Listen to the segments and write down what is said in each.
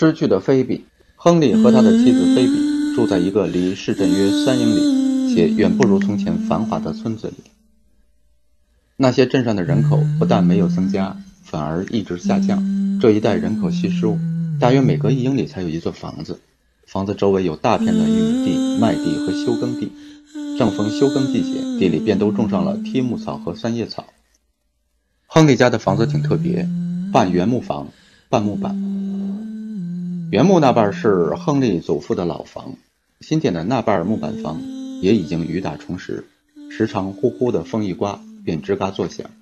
失去的菲比，亨利和他的妻子菲比住在一个离市镇约3英里且远不如从前繁华的村子里。那些镇上的人口不但没有增加，反而一直下降。这一带人口稀疏，大约每隔1英里才有一座房子。房子周围有大片的玉米地、麦地和休耕地。正逢休耕季节，地里便都种上了贴木草和三叶草。亨利家的房子挺特别，半原木房，半木板。原木那半是亨利祖父的老房，新建的那半木板房也已经雨打重拾，时常呼呼的风一刮便吱嘎作响。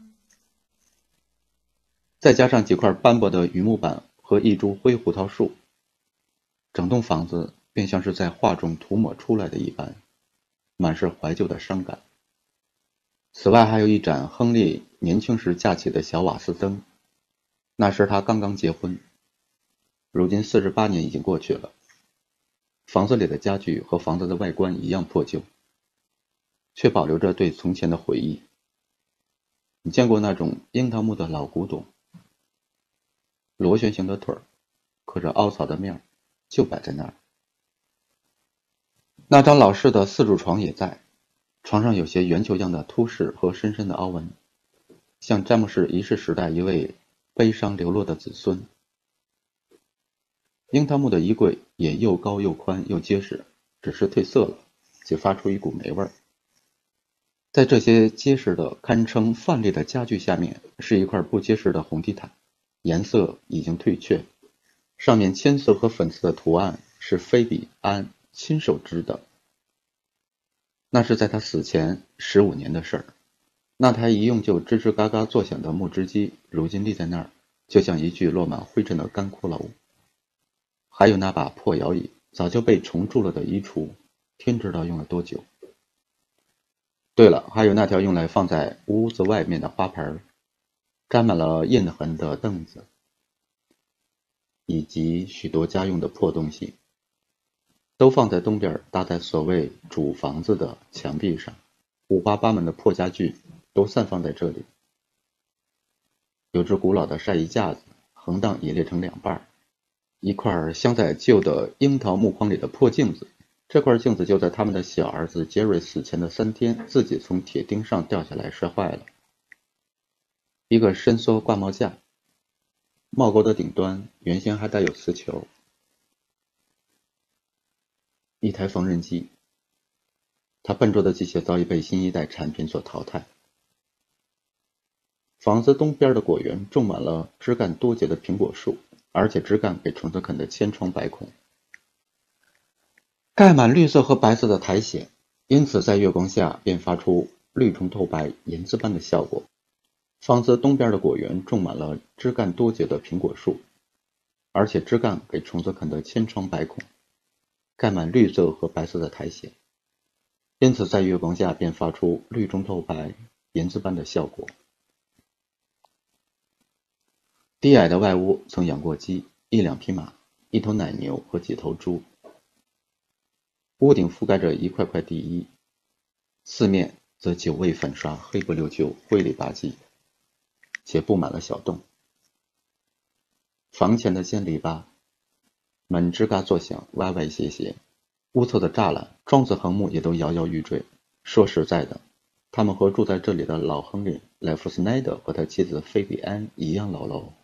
再加上几块斑驳的榆木板和一株灰胡桃树，整栋房子便像是在画中涂抹出来的一般，满是怀旧的伤感。此外还有一盏亨利年轻时架起的小瓦斯灯，那时他刚刚结婚。如今48年已经过去了，房子里的家具和房子的外观一样破旧，却保留着对从前的回忆。你见过那种樱桃木的老古董，螺旋形的腿儿，刻着凹槽的面，就摆在那儿。那张老式的4柱床也在，床上有些圆球样的凸饰和深深的凹纹，像詹姆士一世时代一位悲伤流落的子孙。樱桃木的衣柜也又高又宽又结实，只是褪色了，且发出一股霉味儿。在这些结实的堪称范例的家具下面，是一块不结实的红地毯，颜色已经褪却，上面铅色和粉色的图案是菲比安亲手织的。那是在他死前15年的事儿。那台一用就吱吱嘎嘎作响的木织机，如今立在那儿，就像一具落满灰尘的干骷髅。还有那把破摇椅，早就被虫蛀了的衣橱，天知道用了多久。对了，还有那条用来放在屋子外面的花盆，沾满了印痕的凳子，以及许多家用的破东西，都放在东边搭在所谓主房子的墙壁上。五花八门的破家具都散放在这里。有只古老的晒衣架子，横档也裂成2半，一块镶在旧的樱桃木框里的破镜子，这块镜子就在他们的小儿子杰瑞死前的3天自己从铁钉上掉下来摔坏了。一个伸缩挂帽架，帽钩的顶端原先还带有磁球。一台缝纫机，它笨拙的机械早已被新一代产品所淘汰。房子东边的果园种满了枝干多节的苹果树，而且枝干被虫子啃得千疮百孔，盖满绿色和白色的苔藓，因此在月光下便发出绿中透白银子般的效果。房子东边的果园种满了枝干多节的苹果树，而且枝干给虫子啃得千疮百孔，盖满绿色和白色的苔藓，因此在月光下便发出绿中透白银子般的效果。低矮的外屋曾养过鸡，1两匹马，1头奶牛和几头猪。屋顶覆盖着一块块地衣，四面则久未粉刷，黑不溜秋，灰里吧唧，且布满了小洞。房前的尖篱笆，门吱嘎作响，歪歪斜斜，屋侧的栅栏、窗子横木也都摇摇欲坠。说实在的，他们和住在这里的老亨利·莱弗斯奈德和他妻子菲比安一样老喽。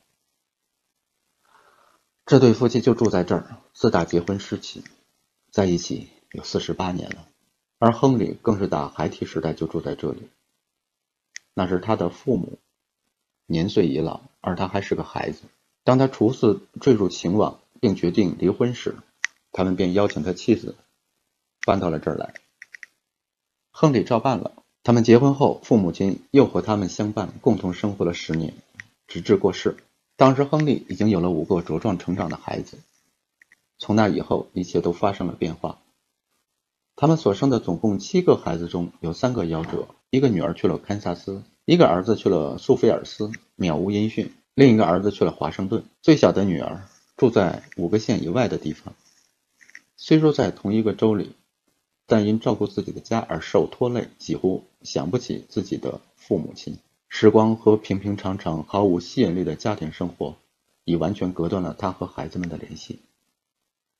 这对夫妻就住在这儿，自打结婚时起，在一起有48年了，而亨利更是打孩提时代就住在这里。那是他的父母年岁已老，而他还是个孩子。当他初次坠入情网并决定离婚时，他们便邀请他妻子搬到了这儿来。亨利照办了。他们结婚后，父母亲又和他们相伴，共同生活了10年，直至过世。当时亨利已经有了5个茁壮成长的孩子。从那以后，一切都发生了变化。他们所生的总共7个孩子中，有3个夭折，一个女儿去了堪萨斯，一个儿子去了苏菲尔斯，渺无音讯，另一个儿子去了华盛顿，最小的女儿住在5个县以外的地方。虽说在同一个州里，但因照顾自己的家而受拖累，几乎想不起自己的父母亲。时光和平平常常毫无吸引力的家庭生活已完全隔断了他和孩子们的联系。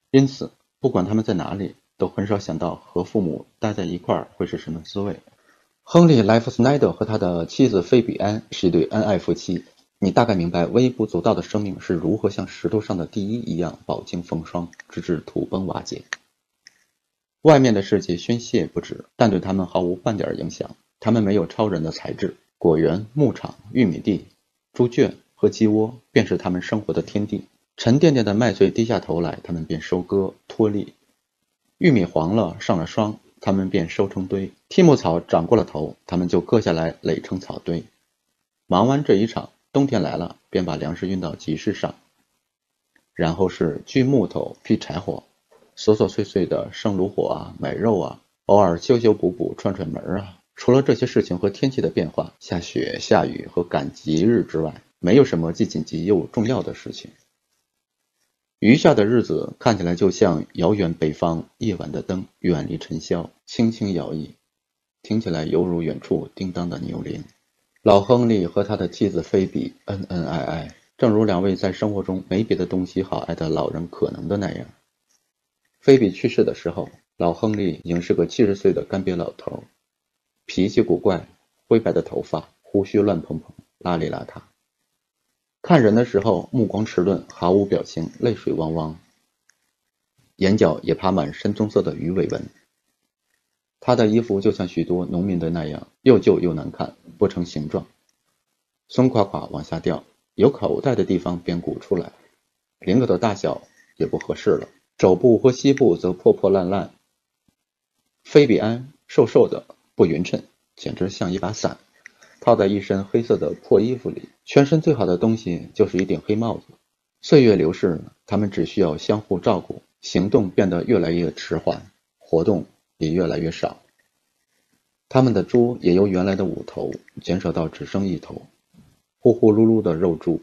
因此不管他们在哪里，都很少想到和父母待在一块儿会是什么滋味。亨利·莱夫斯奈德和他的妻子菲比安是一对恩爱夫妻，你大概明白微不足道的生命是如何像石头上的第一一样饱经风霜，直至土崩瓦解。外面的世界宣泄不止，但对他们毫无半点影响。他们没有超人的才智，果园、牧场、玉米地、猪圈和鸡窝便是他们生活的天地。沉甸甸的麦穗低下头来，他们便收割脱粒；玉米黄了上了霜，他们便收成堆；梯木草长过了头，他们就割下来垒成草堆。忙完这一场，冬天来了，便把粮食运到集市上，然后是锯木头、劈柴火，琐琐碎碎的生炉火啊，买肉啊，偶尔修修补补串串门啊。除了这些事情和天气的变化，下雪下雨和赶集日之外，没有什么既紧急又重要的事情。余下的日子看起来就像遥远北方夜晚的灯，远离尘嚣，轻轻摇曳，听起来犹如远处叮当的牛铃。老亨利和他的妻子菲比恩恩爱爱，正如两位在生活中没别的东西好爱的老人可能的那样。菲比去世的时候，老亨利已经是个70岁的干瘪老头，脾气古怪，灰白的头发，胡须乱蓬蓬，邋里邋遢。看人的时候目光迟钝，毫无表情，泪水汪汪，眼角也爬满深棕色的鱼尾纹。他的衣服就像许多农民的那样，又旧又难看，不成形状，松垮垮往下掉，有口袋的地方便鼓出来，领口的大小也不合适了，肘部和膝部则破破烂烂。菲比安瘦瘦的，不匀称，简直像一把伞，套在一身黑色的破衣服里，全身最好的东西就是一顶黑帽子。岁月流逝，他们只需要相互照顾，行动变得越来越迟缓，活动也越来越少。他们的猪也由原来的5头减少到只剩1头，呼呼噜噜的肉猪。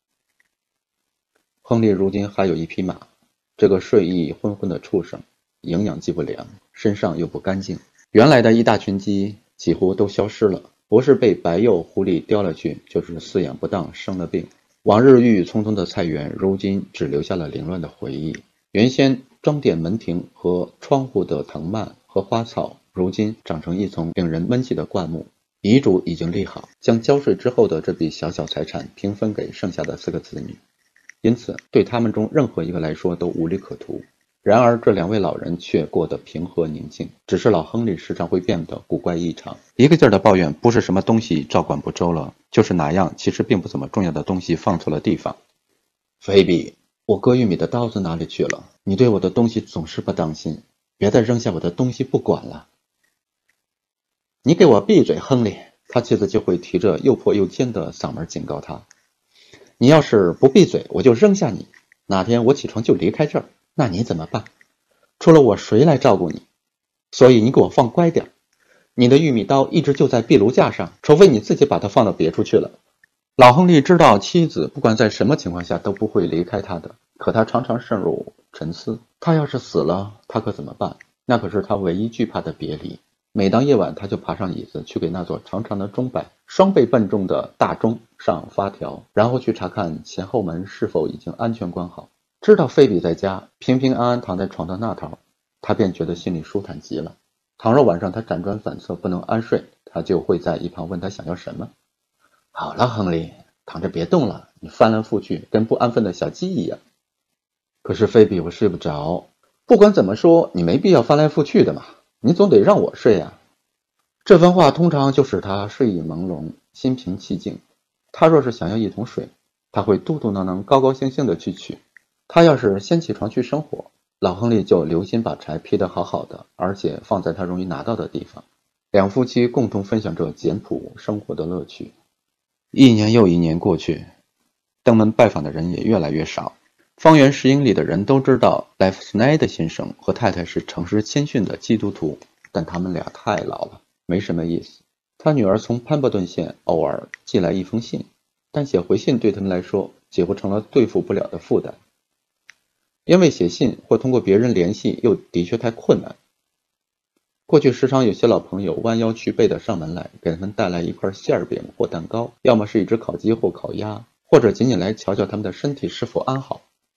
亨利如今还有一匹马，这个睡意昏昏的畜生，营养既不良，身上又不干净。原来的一大群鸡几乎都消失了，不是被白鼬狐狸叼了去，就是饲养不当生了病。往日郁郁葱葱的菜园，如今只留下了凌乱的回忆。原先装点门庭和窗户的藤蔓和花草，如今长成一丛令人闷气的灌木。遗嘱已经立好，将交税之后的这笔小小财产平分给剩下的4个子女，因此对他们中任何一个来说都无利可图。然而这2位老人却过得平和宁静，只是老亨利时常会变得古怪异常，一个劲儿的抱怨不是什么东西照管不周了，就是哪样其实并不怎么重要的东西放错了地方。菲比，我割玉米的刀子哪里去了？你对我的东西总是不当心，别再扔下我的东西不管了。你给我闭嘴，亨利！他妻子就会提着又破又尖的嗓门警告他，你要是不闭嘴，我就扔下你，哪天我起床就离开这儿，那你怎么办？除了我谁来照顾你？所以你给我放乖点，你的玉米刀一直就在壁炉架上，除非你自己把它放到别处去了。老亨利知道妻子不管在什么情况下都不会离开他的，可他常常陷入沉思，他要是死了，他可怎么办？那可是他唯一惧怕的别离。每当夜晚，他就爬上椅子去给那座长长的钟摆双倍笨重的大钟上发条，然后去查看前后门是否已经安全关好。知道菲比在家平平安安躺在床的那头，他便觉得心里舒坦极了。倘若晚上他辗转反侧不能安睡，他就会在一旁问他想要什么。好了，亨利，躺着别动了，你翻来覆去跟不安分的小鸡一样。可是菲比，我睡不着。不管怎么说，你没必要翻来覆去的嘛，你总得让我睡啊。这番话通常就使他睡意朦胧，心平气静。他若是想要一桶水，他会嘟嘟囔囔高高兴兴的去取。他要是先起床去生火，老亨利就留心把柴劈得好好的，而且放在他容易拿到的地方。两夫妻共同分享着简朴生活的乐趣。1年又1年过去，登门拜访的人也越来越少。方圆10英里的人都知道莱夫斯奈德先生和太太是诚实谦逊的基督徒，但他们俩太老了，没什么意思。他女儿从潘伯顿县偶尔寄来一封信，但写回信对他们来说几乎成了对付不了的负担，因为写信或通过别人联系又的确太困难。过去时常有些老朋友弯腰曲背的上门来，给他们带来一块馅饼或蛋糕，要么是一只烤鸡或烤鸭，或者仅仅来瞧瞧他们的身体是否安好。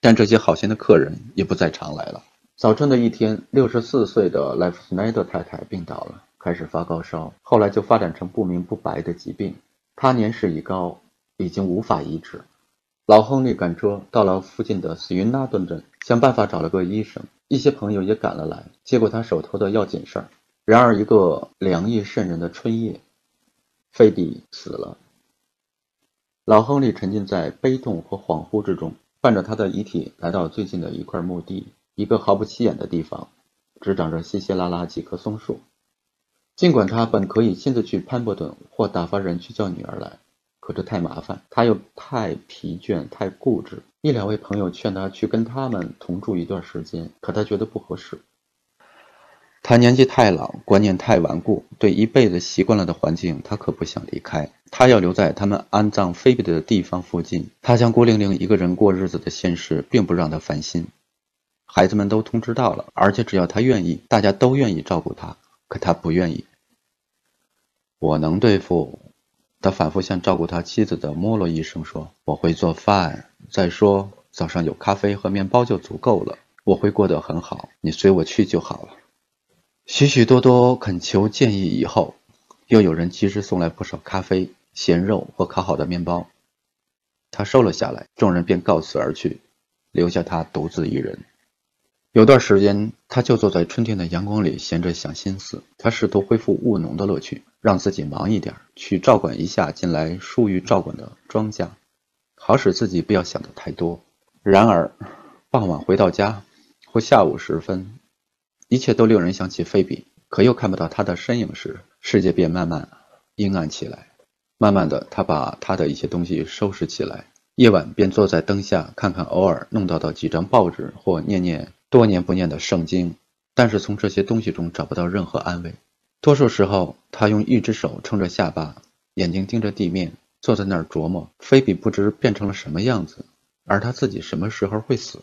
但这些好心的客人也不再常来了。早春的一天，64岁的莱弗斯奈德太太病倒了，开始发高烧，后来就发展成不明不白的疾病。她年事已高，已经无法医治。老亨利赶车到了附近的斯云纳顿镇，想办法找了个医生，一些朋友也赶了来，接过他手头的要紧事儿。然而一个凉意渗人的春夜，菲比死了。老亨利沉浸在悲痛和恍惚之中，伴着他的遗体来到最近的一块墓地，一个毫不起眼的地方，只长着稀稀拉拉几棵松树。尽管他本可以亲自去潘伯顿或打发人去叫女儿来，可这太麻烦，他又太疲倦太固执。一两位朋友劝他去跟他们同住一段时间，可他觉得不合适。他年纪太老，观念太顽固，对一辈子习惯了的环境他可不想离开。他要留在他们安葬菲比的地方附近。他将孤零零一个人过日子的现实并不让他烦心。孩子们都通知到了，而且只要他愿意，大家都愿意照顾他，可他不愿意。我能对付。他反复向照顾他妻子的摩罗医生说，我会做饭，再说早上有咖啡和面包就足够了，我会过得很好，你随我去就好了。许许多多恳求建议以后，又有人及时送来不少咖啡、咸肉或烤好的面包。他收了下来，众人便告辞而去，留下他独自一人。有段时间，他就坐在春天的阳光里闲着想心思。他试图恢复务农的乐趣，让自己忙一点，去照管一下近来疏于照管的庄稼，好使自己不要想得太多。然而傍晚回到家或下午时分，一切都令人想起菲比，可又看不到他的身影时，世界便慢慢阴暗起来。慢慢的，他把他的一些东西收拾起来，夜晚便坐在灯下看看偶尔弄到的几张报纸或念念多年不念的圣经，但是从这些东西中找不到任何安慰。多数时候，他用一只手撑着下巴，眼睛盯着地面，坐在那儿琢磨菲比不知变成了什么样子，而他自己什么时候会死。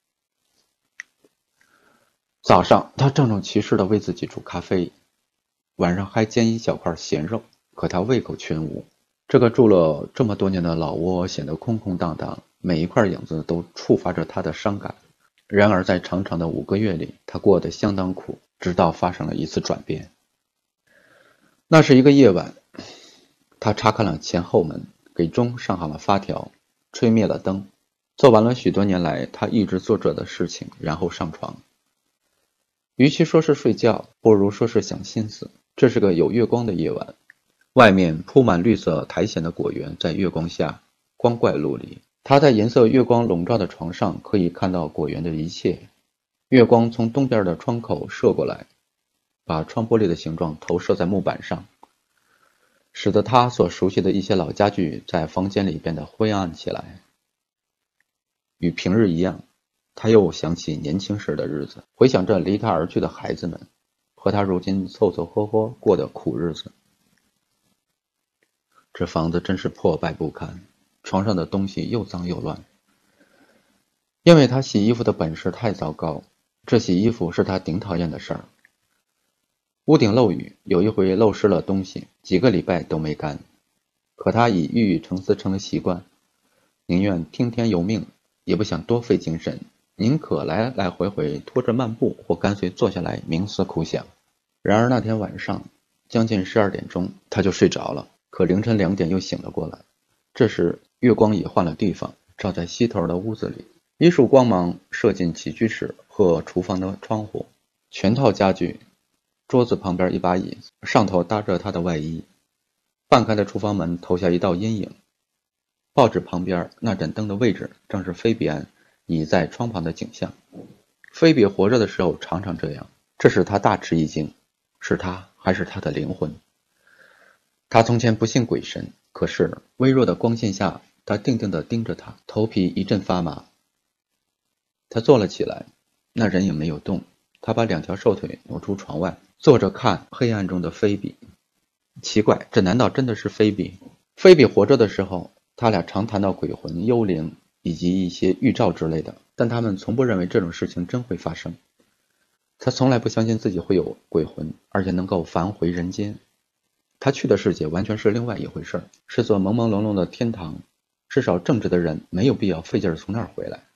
早上他郑重其事地为自己煮咖啡，晚上还煎一小块咸肉，可他胃口全无。这个住了这么多年的老窝显得空空荡荡，每一块影子都触发着他的伤感。然而在长长的5个月里，他过得相当苦，直到发生了一次转变。那是一个夜晚，他查看了前后门，给钟上好了发条，吹灭了灯，做完了许多年来他一直做着的事情，然后上床。与其说是睡觉，不如说是想心思。这是个有月光的夜晚，外面铺满绿色苔藓的果园在月光下光怪陆离。他在颜色月光笼罩的床上可以看到果园的一切。月光从东边的窗口射过来，把窗玻璃的形状投射在木板上，使得他所熟悉的一些老家具在房间里变得灰暗起来。与平日一样，他又想起年轻时的日子，回想着离他而去的孩子们，和他如今凑凑合合过的苦日子。这房子真是破败不堪，床上的东西又脏又乱。因为他洗衣服的本事太糟糕，这洗衣服是他顶讨厌的事儿。屋顶漏雨，有一回漏湿了东西，几个礼拜都没干。可他已郁郁成丝成了习惯，宁愿听天由命，也不想多费精神，宁可来来回回拖着漫步，或干脆坐下来冥思苦想。然而那天晚上将近12点钟，他就睡着了，可凌晨2点又醒了过来。这时月光也换了地方，照在西头的屋子里，一束光芒射进起居室和厨房的窗户。全套家具，桌子旁边一把椅子，上头搭着他的外衣。半开的厨房门投下一道阴影，报纸旁边那盏灯的位置正是菲比安倚在窗旁的景象。菲比活着的时候常常这样，这使他大吃一惊，是他还是他的灵魂？他从前不信鬼神，可是微弱的光线下，他定定地盯着他，头皮一阵发麻。他坐了起来，那人影没有动，他把2条瘦腿挪出床外，坐着看黑暗中的菲比。奇怪，这难道真的是菲比？菲比活着的时候，他俩常谈到鬼魂、幽灵以及一些预兆之类的，但他们从不认为这种事情真会发生。他从来不相信自己会有鬼魂，而且能够返回人间。他去的世界完全是另外一回事，是座朦朦胧胧的天堂，至少正直的人没有必要费劲从那儿回来。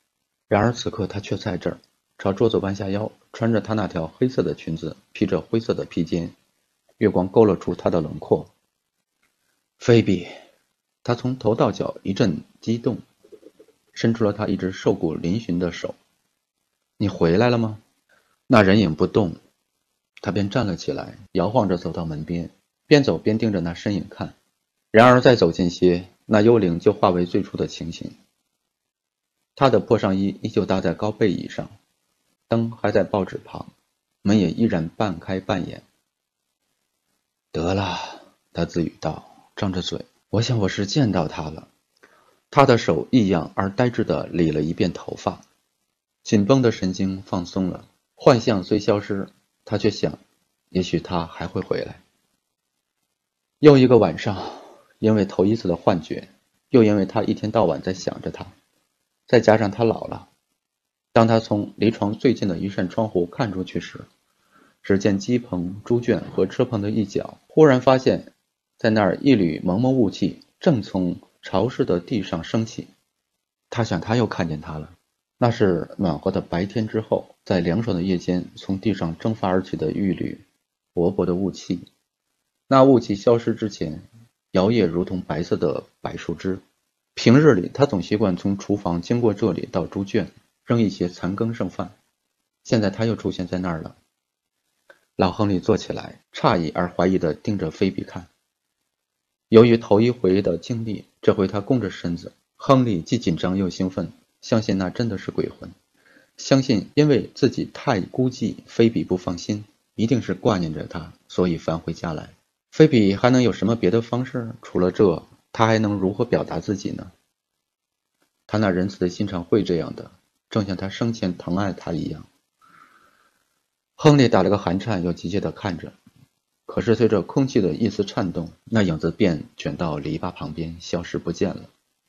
然而此刻他却在这儿，朝桌子弯下腰，穿着她那条黑色的裙子，披着灰色的披肩，月光勾勒出她的轮廓。菲比，他从头到脚一阵激动，伸出了他一只瘦骨嶙峋的手。你回来了吗？那人影不动，他便站了起来，摇晃着走到门边，边走边盯着那身影看。然而再走近些，那幽灵就化为最初的情形。他的破上衣依旧搭在高背椅上，灯还在报纸旁，门也依然半开半掩。得了，他自语道，张着嘴，我想我是见到他了。他的手异样而呆滞地理了一遍头发，紧绷的神经放松了，幻象虽消失，他却想，也许他还会回来。又一个晚上，因为头一次的幻觉，又因为他一天到晚在想着他，再加上他老了，当他从离床最近的一扇窗户看出去时，只见鸡棚、猪圈和车棚的一角，忽然发现在那儿一缕蒙蒙雾气正从潮湿的地上升起。他想他又看见他了，那是暖和的白天之后，在凉爽的夜间从地上蒸发而起的一缕薄薄的雾气。那雾气消失之前，摇曳如同白色的柏树枝。平日里他总习惯从厨房经过这里到猪圈扔一些残羹剩饭，现在他又出现在那儿了。老亨利坐起来，诧异而怀疑地盯着菲比看。由于头一回的经历，这回他弓着身子，亨利既紧张又兴奋，相信那真的是鬼魂，相信因为自己太估计菲比不放心，一定是挂念着他，所以返回家来。菲比还能有什么别的方式？除了这，他还能如何表达自己呢？他那仁慈的心肠会这样的，正像他生前疼爱他一样。亨利打了个寒颤，又急切地看着，可是随着空气的一丝颤动，那影子便卷到篱笆旁边，消失不见了。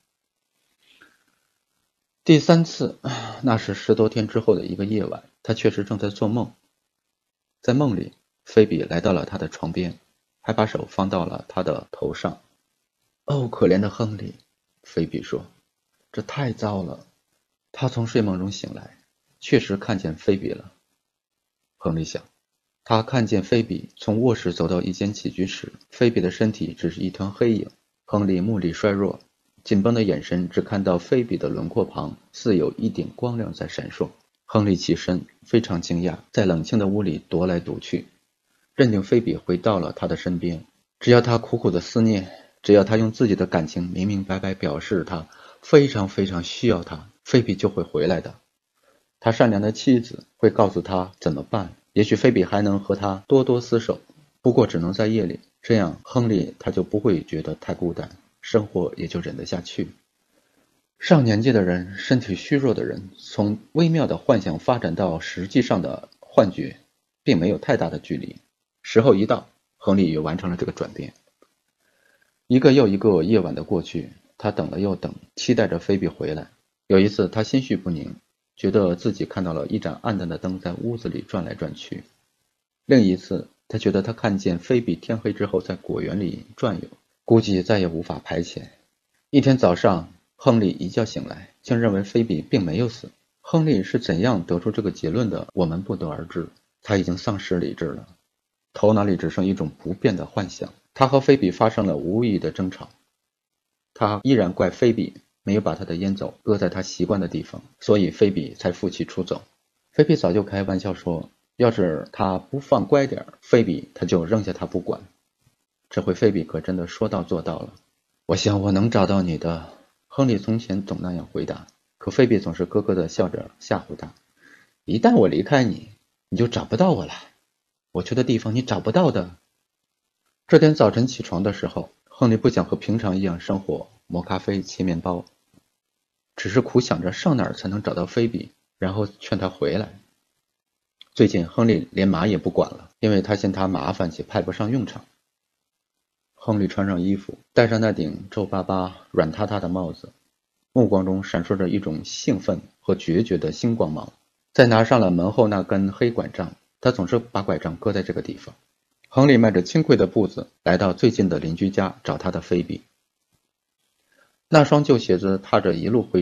第三次，那是10多天之后的一个夜晚，他确实正在做梦。在梦里，菲比来到了他的床边，还把手放到了他的头上。哦，可怜的亨利，菲比说，这太糟了。他从睡梦中醒来，确实看见菲比了。亨利想，他看见菲比从卧室走到一间起居室，菲比的身体只是一团黑影。亨利目力衰弱，紧绷的眼神只看到菲比的轮廓旁似有一点光亮在闪烁。亨利起身，非常惊讶，在冷清的屋里踱来踱去，认定菲比回到了他的身边。只要他苦苦的思念，只要他用自己的感情明明白白表示他非常非常需要他，菲比就会回来的。他善良的妻子会告诉他怎么办，也许菲比还能和他多多厮守，不过只能在夜里，这样亨利他就不会觉得太孤单，生活也就忍得下去。上年纪的人，身体虚弱的人，从微妙的幻想发展到实际上的幻觉，并没有太大的距离。时候一到，亨利也完成了这个转变。一个又一个夜晚的过去，他等了又等，期待着菲比回来。有一次他心绪不宁，觉得自己看到了一盏暗淡的灯在屋子里转来转去。另一次他觉得他看见菲比天黑之后在果园里转悠，估计再也无法排遣。一天早上，亨利一觉醒来，竟认为菲比并没有死。亨利是怎样得出这个结论的，我们不得而知。他已经丧失理智了，头脑里只剩一种不变的幻想。他和菲比发生了无意义的争吵，他依然怪菲比没有把他的烟斗搁在他习惯的地方，所以菲比才负气出走。菲比早就开玩笑说，要是他不放乖点，菲比他就扔下他不管。这回菲比可真的说到做到了。我想我能找到你的，亨利从前总那样回答，可菲比总是咯咯地笑着吓唬他，一旦我离开你，你就找不到我了，我去的地方你找不到的。这天早晨起床的时候，亨利不想和平常一样生活，磨咖啡切面包，只是苦想着上哪儿才能找到菲比，然后劝他回来。最近亨利连马也不管了，因为他嫌他麻烦且派不上用场。亨利穿上衣服，戴上那顶皱巴巴软塌塌的帽子，目光中闪烁着一种兴奋和决绝的新光芒。再拿上了门后那根黑拐杖，他总是把拐杖搁在这个地方。亨利迈着轻快的步子来到最近的邻居家找他的菲比。那双旧鞋子踏着一路灰尘，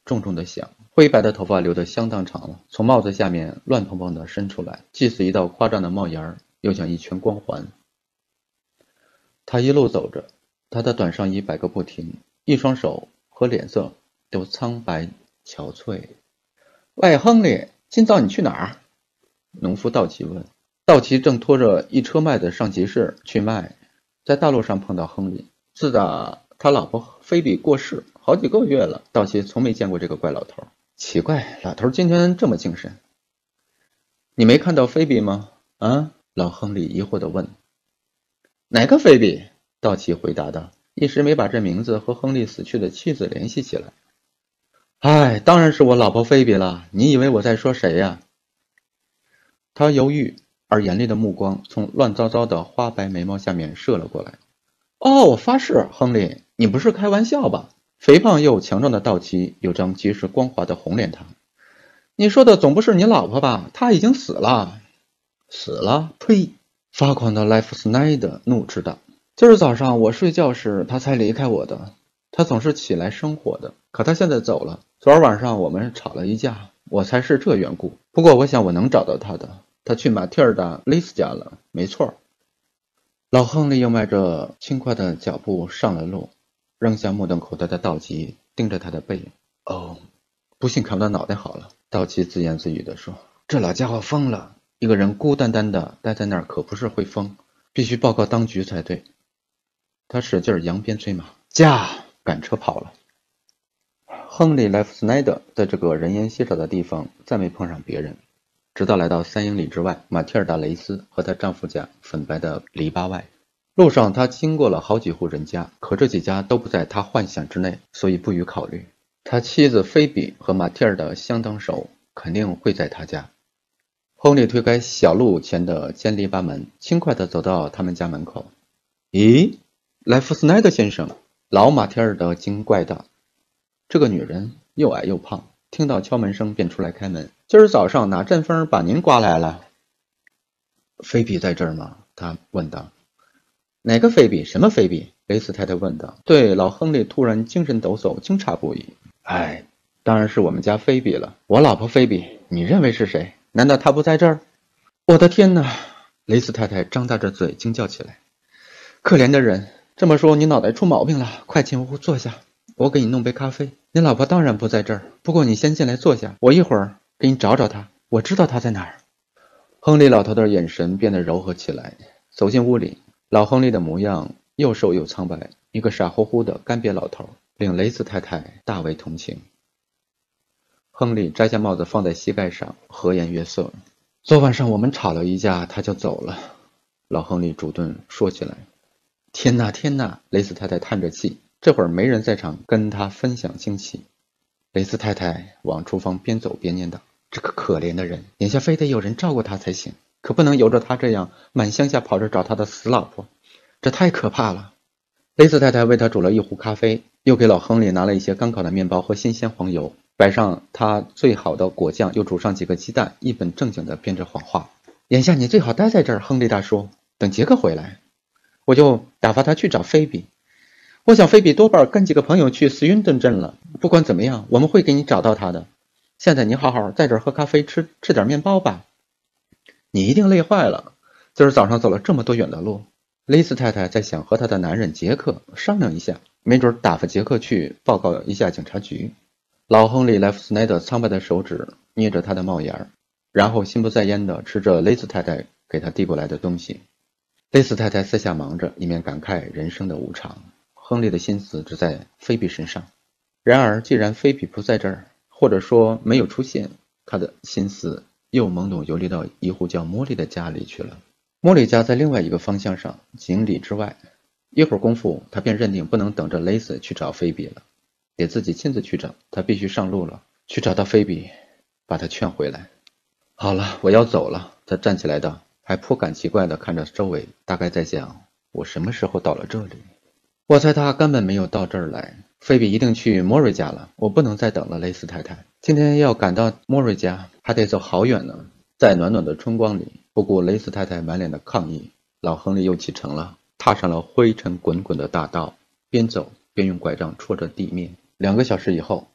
重重的响。灰白的头发留得相当长了，从帽子下面乱蓬蓬地伸出来，既似一道夸张的帽檐，又像一圈光环。他一路走着，他的短上衣摆个不停，一双手和脸色都苍白憔悴。喂，亨利，今早你去哪儿？农夫道奇问。道奇正拖着一车麦子上集市去卖，在大路上碰到亨利。自打他老婆菲比过世好几个月了，道奇从没见过这个怪老头。奇怪，老头今天这么精神。你没看到菲比吗？啊？老亨利疑惑地问。哪个菲比？道奇回答道，一时没把这名字和亨利死去的妻子联系起来。哎，当然是我老婆菲比了，你以为我在说谁呀？他犹豫而严厉的目光从乱糟糟的花白眉毛下面射了过来。哦，我发誓，亨利，你不是开玩笑吧？肥胖又强壮的道奇有张极是光滑的红脸膛。你说的总不是你老婆吧？她已经死了。死了？呸！发狂的莱夫斯奈德怒斥道。今儿早上我睡觉时她才离开我的，她总是起来生火的，可她现在走了。昨儿晚上我们吵了一架，我猜是这缘故。不过我想我能找到她的，她去马蒂尔达·雷斯家了，没错。老亨利又迈着轻快的脚步上了路，扔下目瞪口呆的道奇，盯着他的背。哦，不信看我的脑袋好了，道奇自言自语地说。这老家伙疯了，一个人孤单单的待在那儿可不是会疯，必须报告当局才对。他使劲扬鞭催马，驾！赶车跑了。亨利·莱夫斯奈德在这个人烟稀少的地方再没碰上别人，直到来到3英里之外马蒂尔达·雷斯和她丈夫家粉白的篱笆外。路上他经过了好几户人家，可这几家都不在他幻想之内，所以不予考虑。他妻子菲比和马蒂尔达相当熟，肯定会在他家。亨利推开小路前的尖篱笆门，轻快地走到他们家门口。咦，莱夫斯奈德先生，老马蒂尔达惊怪道。这个女人又矮又胖，听到敲门声便出来开门。今儿早上哪阵风把您刮来了？菲比在这儿吗？他问道。哪个菲比？什么菲比？雷斯太太问道。对老亨利突然精神抖擞，惊诧不已。哎，当然是我们家菲比了，我老婆菲比。你认为是谁？难道她不在这儿？我的天哪！雷斯太太张大着嘴惊叫起来。可怜的人，这么说你脑袋出毛病了，快进屋坐下，我给你弄杯咖啡。你老婆当然不在这儿，不过你先进来坐下，我一会儿给你找找她，我知道她在哪儿。亨利老头的眼神变得柔和起来，走进屋里。老亨利的模样又瘦又苍白，一个傻乎乎的干瘪老头，令雷斯太太大为同情。亨利摘下帽子放在膝盖上，和颜悦色。昨晚上我们吵了一架，他就走了。老亨利主动说起来。天哪天哪，雷斯太太叹着气，这会儿没人在场跟他分享惊喜。雷斯太太往厨房边走边念叨，这个可怜的人，眼下非得有人照顾他才行，可不能由着他这样满乡下跑着找他的死老婆，这太可怕了。雷斯太太为他煮了一壶咖啡，又给老亨利拿了一些刚烤的面包和新鲜黄油，摆上他最好的果酱，又煮上几个鸡蛋，一本正经地编着谎话。眼下你最好待在这儿，亨利大叔，等杰克回来，我就打发他去找菲比。我想菲比多半跟几个朋友去斯云顿镇了，不管怎么样，我们会给你找到他的。现在你好好在这儿喝咖啡，吃点面包吧。你一定累坏了，今儿早上走了这么多远的路。雷斯太太在想和她的男人杰克商量一下，没准打发杰克去报告一下警察局。老亨利·莱夫斯奈德苍白的手指捏着他的帽檐，然后心不在焉地吃着雷斯太太给他递过来的东西。雷斯太太私下忙着，一面感慨人生的无常。亨利的心思只在菲比身上。然而既然菲比不在这儿，或者说没有出现，他的心思又懵懂游离到一户叫莫莉的家里去了。莫莉家在另外一个方向上，几英里之外。一会儿功夫，他便认定不能等着雷斯去找菲比了，得自己亲自去找。他必须上路了，去找到菲比，把他劝回来。好了，我要走了。他站起来道，还颇感奇怪地看着周围，大概在想，我什么时候到了这里？我猜他根本没有到这儿来。菲比一定去莫瑞家了，我不能再等了，雷斯太太。今天要赶到莫瑞家，还得走好远呢。在暖暖的春光里，不顾雷斯太太满脸的抗议，老亨利又启程了，踏上了灰尘滚滚的大道，边走边用拐杖戳着地面。2个小时以后，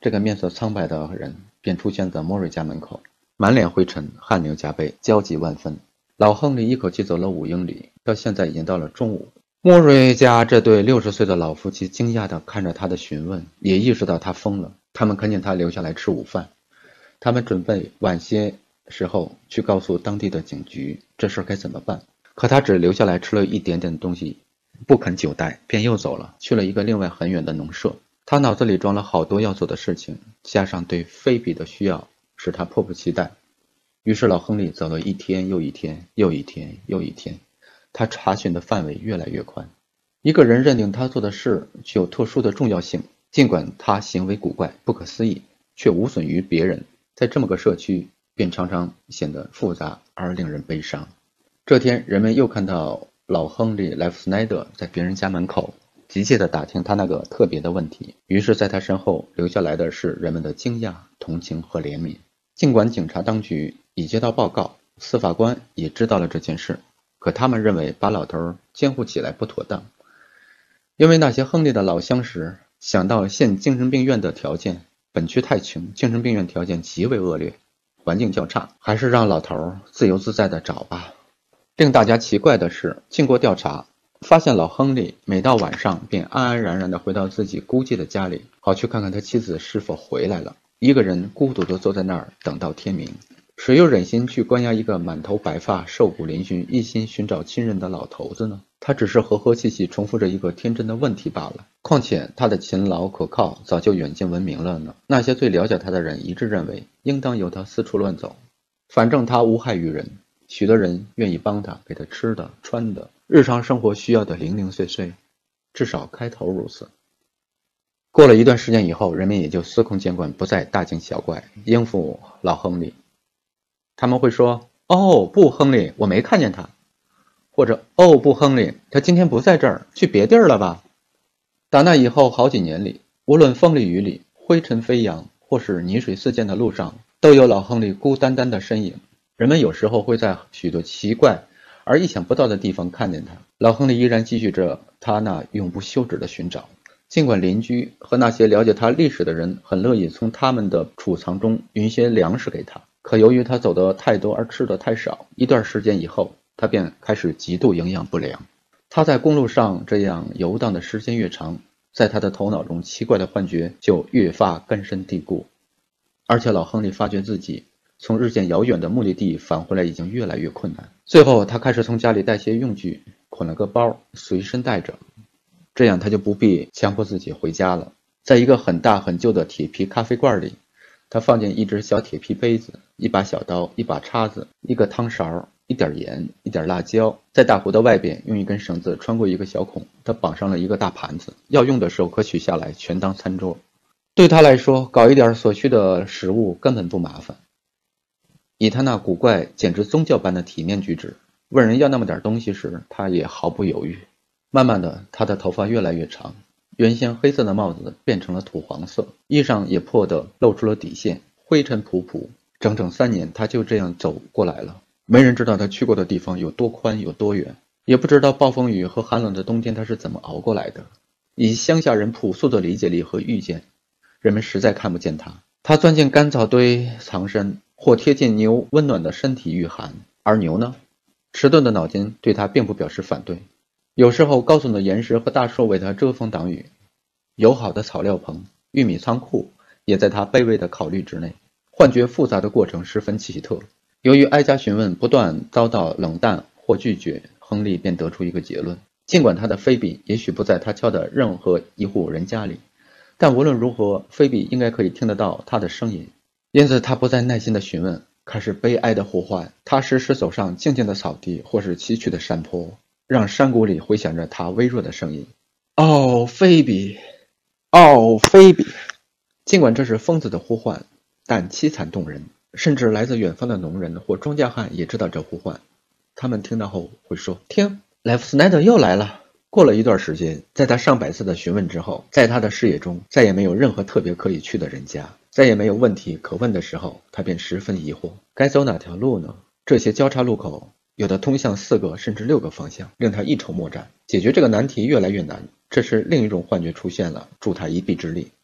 这个面色苍白的人便出现在莫瑞家门口，满脸灰尘，汗流浃背，焦急万分。老亨利一口气走了5英里，到现在已经到了中午。莫瑞家这对60岁的老夫妻惊讶地看着他的询问，也意识到他疯了。他们恳请他留下来吃午饭，他们准备晚些时候去告诉当地的警局这事该怎么办。可他只留下来吃了一点点东西，不肯久待，便又走了，去了一个另外很远的农舍。他脑子里装了好多要做的事情，加上对菲比的需要，使他迫不及待。于是老亨利走了一天又一天，又一天又一天，他查询的范围越来越宽。一个人认定他做的事具有特殊的重要性，尽管他行为古怪不可思议，却无损于别人，在这么个社区便常常显得复杂而令人悲伤。这天人们又看到老亨利·莱夫斯奈德在别人家门口急切地打听他那个特别的问题，于是在他身后留下来的是人们的惊讶、同情和怜悯。尽管警察当局已接到报告，司法官也知道了这件事，可他们认为把老头监护起来不妥当，因为那些亨利的老相识想到现精神病院的条件，本区太穷，精神病院条件极为恶劣，环境较差，还是让老头自由自在地找吧。令大家奇怪的是，经过调查发现老亨利每到晚上便安安然然地回到自己孤寂的家里，好去看看他妻子是否回来了，一个人孤独地坐在那儿等到天明。谁又忍心去关押一个满头白发、瘦骨嶙峋、一心寻找亲人的老头子呢？他只是和和气气重复着一个天真的问题罢了。况且他的勤劳可靠早就远近闻名了呢。那些最了解他的人一致认为，应当由他四处乱走，反正他无害于人。许多人愿意帮他，给他吃的、穿的，日常生活需要的零零碎碎，至少开头如此。过了一段时间以后，人们也就司空见惯，不再大惊小怪，应付老亨利。他们会说：“哦，不，亨利，我没看见他。”或者：“哦，不，亨利，他今天不在这儿，去别地儿了吧？”打那以后好几年里，无论风里雨里，灰尘飞扬，或是泥水四溅的路上，都有老亨利孤单单的身影。人们有时候会在许多奇怪而意想不到的地方看见他。老亨利依然继续着他那永不休止的寻找，尽管邻居和那些了解他历史的人很乐意从他们的储藏中匀些粮食给他，可由于他走得太多而吃得太少，一段时间以后，他便开始极度营养不良。他在公路上这样游荡的时间越长，在他的头脑中奇怪的幻觉就越发根深蒂固。而且老亨利发觉自己从日渐遥远的目的地返回来已经越来越困难。最后他开始从家里带些用具，捆了个包随身带着，这样他就不必强迫自己回家了。在一个很大很旧的铁皮咖啡罐里，他放进一只小铁皮杯子、一把小刀、一把叉子、一个汤勺、一点盐、一点辣椒，在大壶的外边用一根绳子穿过一个小孔，他绑上了一个大盘子，要用的时候可取下来，全当餐桌。对他来说，搞一点所需的食物根本不麻烦。以他那古怪简直宗教般的体面举止，问人要那么点东西时，他也毫不犹豫。慢慢的，他的头发越来越长，原先黑色的帽子变成了土黄色，衣裳也破得露出了底线，灰尘仆仆。整整3年他就这样走过来了。没人知道他去过的地方有多宽有多远，也不知道暴风雨和寒冷的冬天他是怎么熬过来的。以乡下人朴素的理解力和预见，人们实在看不见他。他钻进干草堆藏身，或贴近牛温暖的身体御寒。而牛呢，迟钝的脑筋对他并不表示反对。有时候高耸的岩石和大树为他遮风挡雨，友好的草料棚、玉米仓库也在他卑微的考虑之内。幻觉复杂的过程十分奇特。由于挨家询问不断遭到冷淡或拒绝，亨利便得出一个结论：尽管他的菲比也许不在他敲的任何一户人家里，但无论如何，菲比应该可以听得到他的声音。因此他不再耐心的询问，开始悲哀的呼唤。他时时走上静静的草地或是崎岖的山坡，让山谷里回响着他微弱的声音：哦，菲比，哦，菲比。尽管这是疯子的呼唤，但凄惨动人，甚至来自远方的农人或庄稼汉也知道这呼唤。他们听到后会说：听，莱夫斯奈德又来了。过了一段时间，在他上百次的询问之后，在他的视野中再也没有任何特别可以去的人家，再也没有问题可问的时候，他便十分疑惑，该走哪条路呢？这些交叉路口有的通向4个甚至6个方向，令他一筹莫展。解决这个难题越来越难。这时另一种幻觉出现了，助他一臂之力。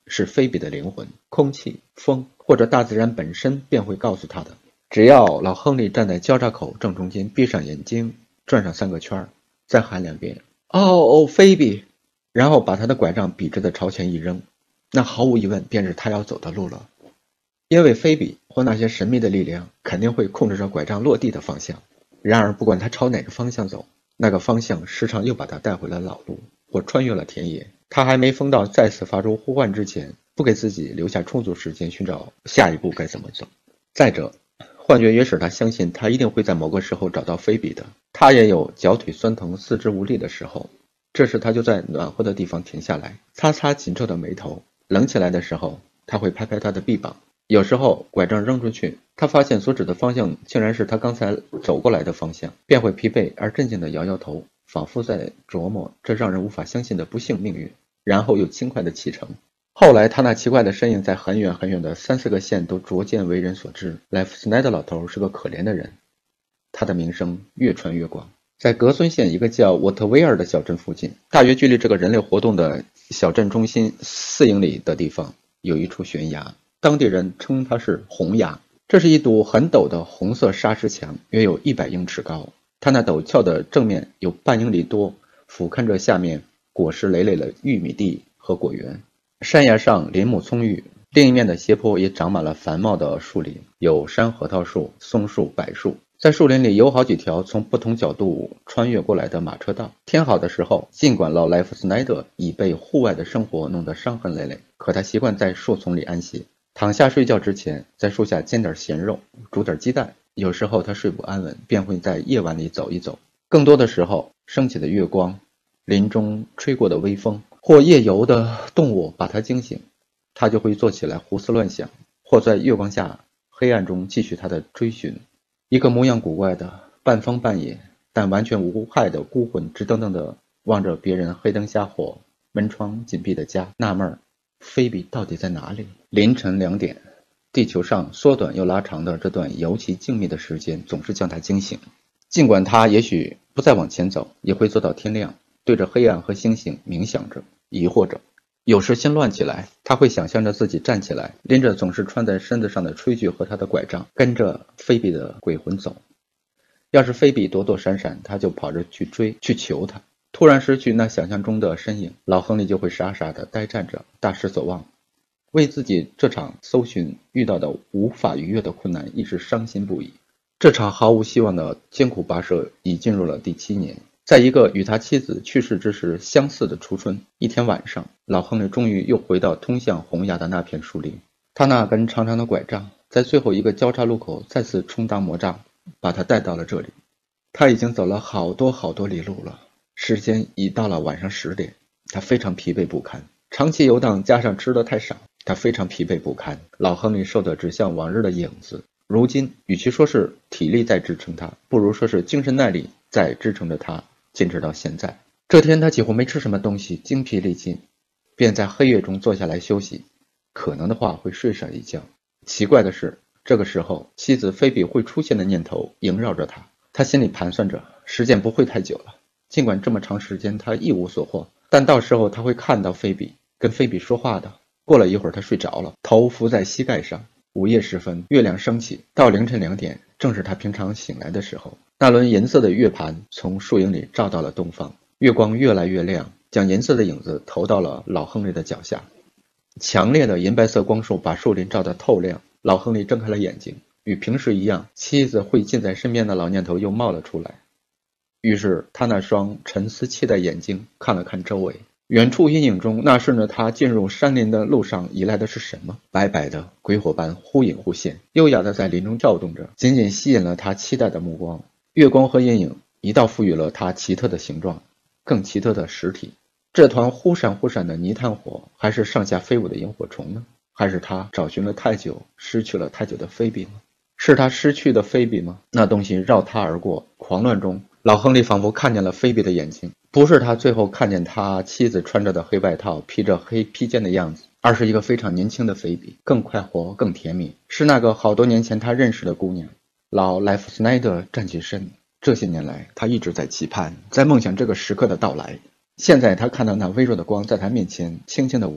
是菲比的灵魂，空气、风或者大自然本身便会告诉他的。只要老亨利站在交叉口正中间，闭上眼睛，转上3个圈，再喊2遍哦，菲比，然后把他的拐杖笔直地朝前一扔，那毫无疑问便是他要走的路了。因为菲比或那些神秘的力量肯定会控制着拐杖落地的方向，然而不管他朝哪个方向走，那个方向时常又把他带回了老路，或穿越了田野。他还没疯到再次发出呼唤之前，不给自己留下充足时间寻找下一步该怎么走。再者，幻觉也使他相信他一定会在某个时候找到菲比的。他也有脚腿酸疼四肢无力的时候，这时他就在暖和的地方停下来，擦擦紧皱的眉头。冷起来的时候，他会拍拍他的臂膀。有时候拐杖扔出去，他发现所指的方向竟然是他刚才走过来的方向，便会疲惫而镇静地摇摇头，仿佛在琢磨这让人无法相信的不幸命运，然后又轻快地启程。后来他那奇怪的身影在很远很远的3、4个县都逐渐为人所知。莱夫斯奈德老头是个可怜的人，他的名声越传越广。在格孙县一个叫沃特威尔的小镇附近，大约距离这个人类活动的小镇中心4英里的地方，有一处悬崖，当地人称它是红崖。这是一堵很陡的红色砂石墙，约有100英尺高。它那陡峭的正面有半英里多，俯瞰着下面果实累累的玉米地和果园。山崖上林木葱郁，另一面的斜坡也长满了繁茂的树林，有山核桃树、松树、柏树。在树林里有好几条从不同角度穿越过来的马车道。天好的时候，尽管老莱夫斯奈德已被户外的生活弄得伤痕累累，可他习惯在树丛里安息。躺下睡觉之前，在树下煎点咸肉，煮点鸡蛋。有时候他睡不安稳，便会在夜晚里走一走。更多的时候，升起的月光、林中吹过的微风，或夜游的动物把他惊醒，他就会坐起来胡思乱想，或在月光下黑暗中继续他的追寻。一个模样古怪的半疯半野但完全无害的孤魂，直瞪瞪地望着别人黑灯瞎火、门窗紧闭的家，纳闷菲比到底在哪里。凌晨2点，地球上缩短又拉长的这段尤其静谧的时间总是将他惊醒。尽管他也许不再往前走，也会坐到天亮，对着黑暗和星星冥想着，疑惑着。有时心乱起来，他会想象着自己站起来，拎着总是穿在身子上的炊具和他的拐杖，跟着菲比的鬼魂走。要是菲比躲躲闪闪，他就跑着去追，去求他。突然失去那想象中的身影，老亨利就会傻傻地呆站着，大失所望，为自己这场搜寻遇到的无法逾越的困难一直伤心不已。这场毫无希望的艰苦跋涉已进入了第7年。在一个与他妻子去世之时相似的初春，一天晚上，老亨利终于又回到通向红崖的那片树林。他那根长长的拐杖在最后一个交叉路口再次充当魔杖，把他带到了这里。他已经走了好多里路了，时间已到了晚上10点。他非常疲惫不堪，长期游荡加上吃得太少，他非常疲惫不堪。老亨利瘦得只像往日的影子。如今与其说是体力在支撑他，不如说是精神耐力在支撑着他坚持到现在。这天他几乎没吃什么东西，精疲力尽，便在黑夜中坐下来休息，可能的话会睡上一觉。奇怪的是，这个时候妻子菲比会出现的念头萦绕着他。他心里盘算着，时间不会太久了，尽管这么长时间他一无所获，但到时候他会看到菲比，跟菲比说话的。过了一会儿他睡着了，头伏在膝盖上。午夜时分，月亮升起，到凌晨2点，正是他平常醒来的时候。那轮银色的月盘从树影里照到了东方，月光越来越亮，将银色的影子投到了老亨利的脚下。强烈的银白色光束把树林照得透亮。老亨利睁开了眼睛，与平时一样，妻子会近在身边的老念头又冒了出来。于是他那双沉思期待眼睛看了看周围，远处阴影中，那顺着他进入山林的路上移来的是什么？白白的鬼火般忽隐忽现，优雅的在林中跳动着，紧紧吸引了他期待的目光。月光和阴影一道赋予了他奇特的形状，更奇特的实体。这团忽闪忽闪的泥炭火，还是上下飞舞的萤火虫呢？还是他找寻了太久失去了太久的菲比吗？是他失去的菲比吗？那东西绕他而过，狂乱中老亨利仿佛看见了菲比的眼睛，不是他最后看见他妻子穿着的黑外套披着黑披肩的样子，而是一个非常年轻的菲比，更快活更甜蜜，是那个好多年前他认识的姑娘。老莱夫斯奈德站起身，这些年来他一直在期盼，在梦想这个时刻的到来。现在他看到那微弱的光在他面前轻轻的舞蹈，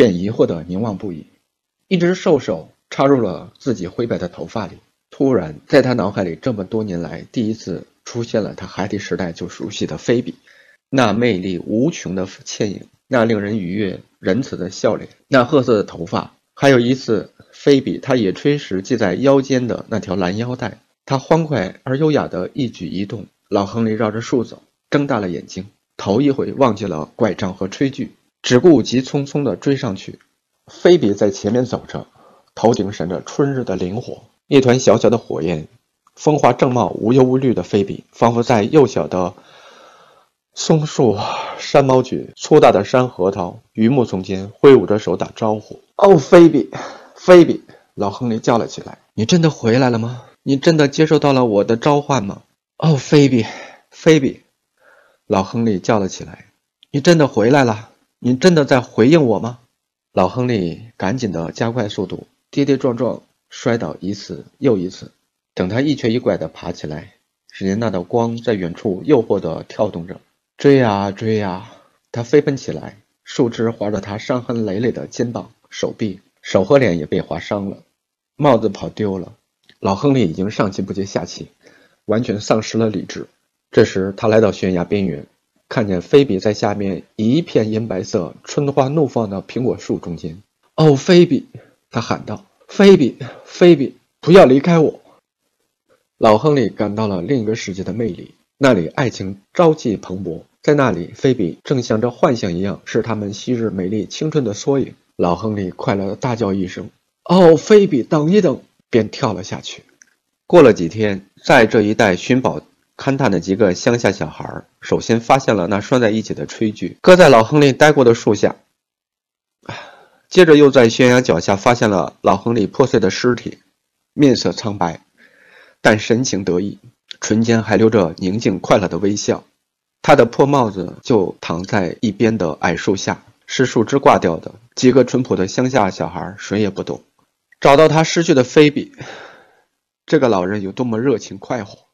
便疑惑地凝望不已。一只兽手插入了自己灰白的头发里，突然在他脑海里这么多年来第一次出现了他孩提时代就熟悉的菲比，那魅力无穷的倩影，那令人愉悦仁慈的笑脸，那褐色的头发，还有一次菲比他野炊时系在腰间的那条蓝腰带。他欢快而优雅的一举一动。老亨利绕着树走，睁大了眼睛，头一回忘记了拐杖和炊具，只顾急匆匆地追上去。菲比在前面走着，头顶闪着春日的灵火，一团小小的火焰，风华正茂，无忧无虑的菲比仿佛在幼小的松树、山毛榉、粗大的山核桃、榆木丛间挥舞着手打招呼。哦，菲比，菲比！老亨利叫了起来，你真的回来了吗？你真的接受到了我的召唤吗？哦，菲比，菲比！老亨利叫了起来，你真的回来了？你真的在回应我吗？老亨利赶紧地加快速度，跌跌撞撞摔倒一次又一次。等他一瘸一拐地爬起来，只见那道光在远处诱惑地跳动着。追呀追呀！他飞奔起来，树枝划着他伤痕累累的肩膀、手臂，手和脸也被划伤了。帽子跑丢了。老亨利已经上气不接下气，完全丧失了理智。这时他来到悬崖边缘，看见菲比在下面一片银白色春花怒放的苹果树中间。哦，菲比！他喊道，菲比，菲比，不要离开我！老亨利感到了另一个世界的魅力，那里爱情朝气蓬勃，在那里菲比正像这幻象一样是他们昔日美丽青春的缩影。老亨利快乐地大叫一声，哦，菲比，等一等！便跳了下去。过了几天，在这一带寻宝勘探的几个乡下小孩首先发现了那拴在一起的炊具，搁在老亨利待过的树下。接着又在悬崖脚下发现了老亨利破碎的尸体，面色苍白，但神情得意，唇间还留着宁静快乐的微笑。他的破帽子就躺在一边的矮树下，是树枝挂掉的。几个淳朴的乡下小孩谁也不懂找到他失去的菲比，这个老人有多么热情快活。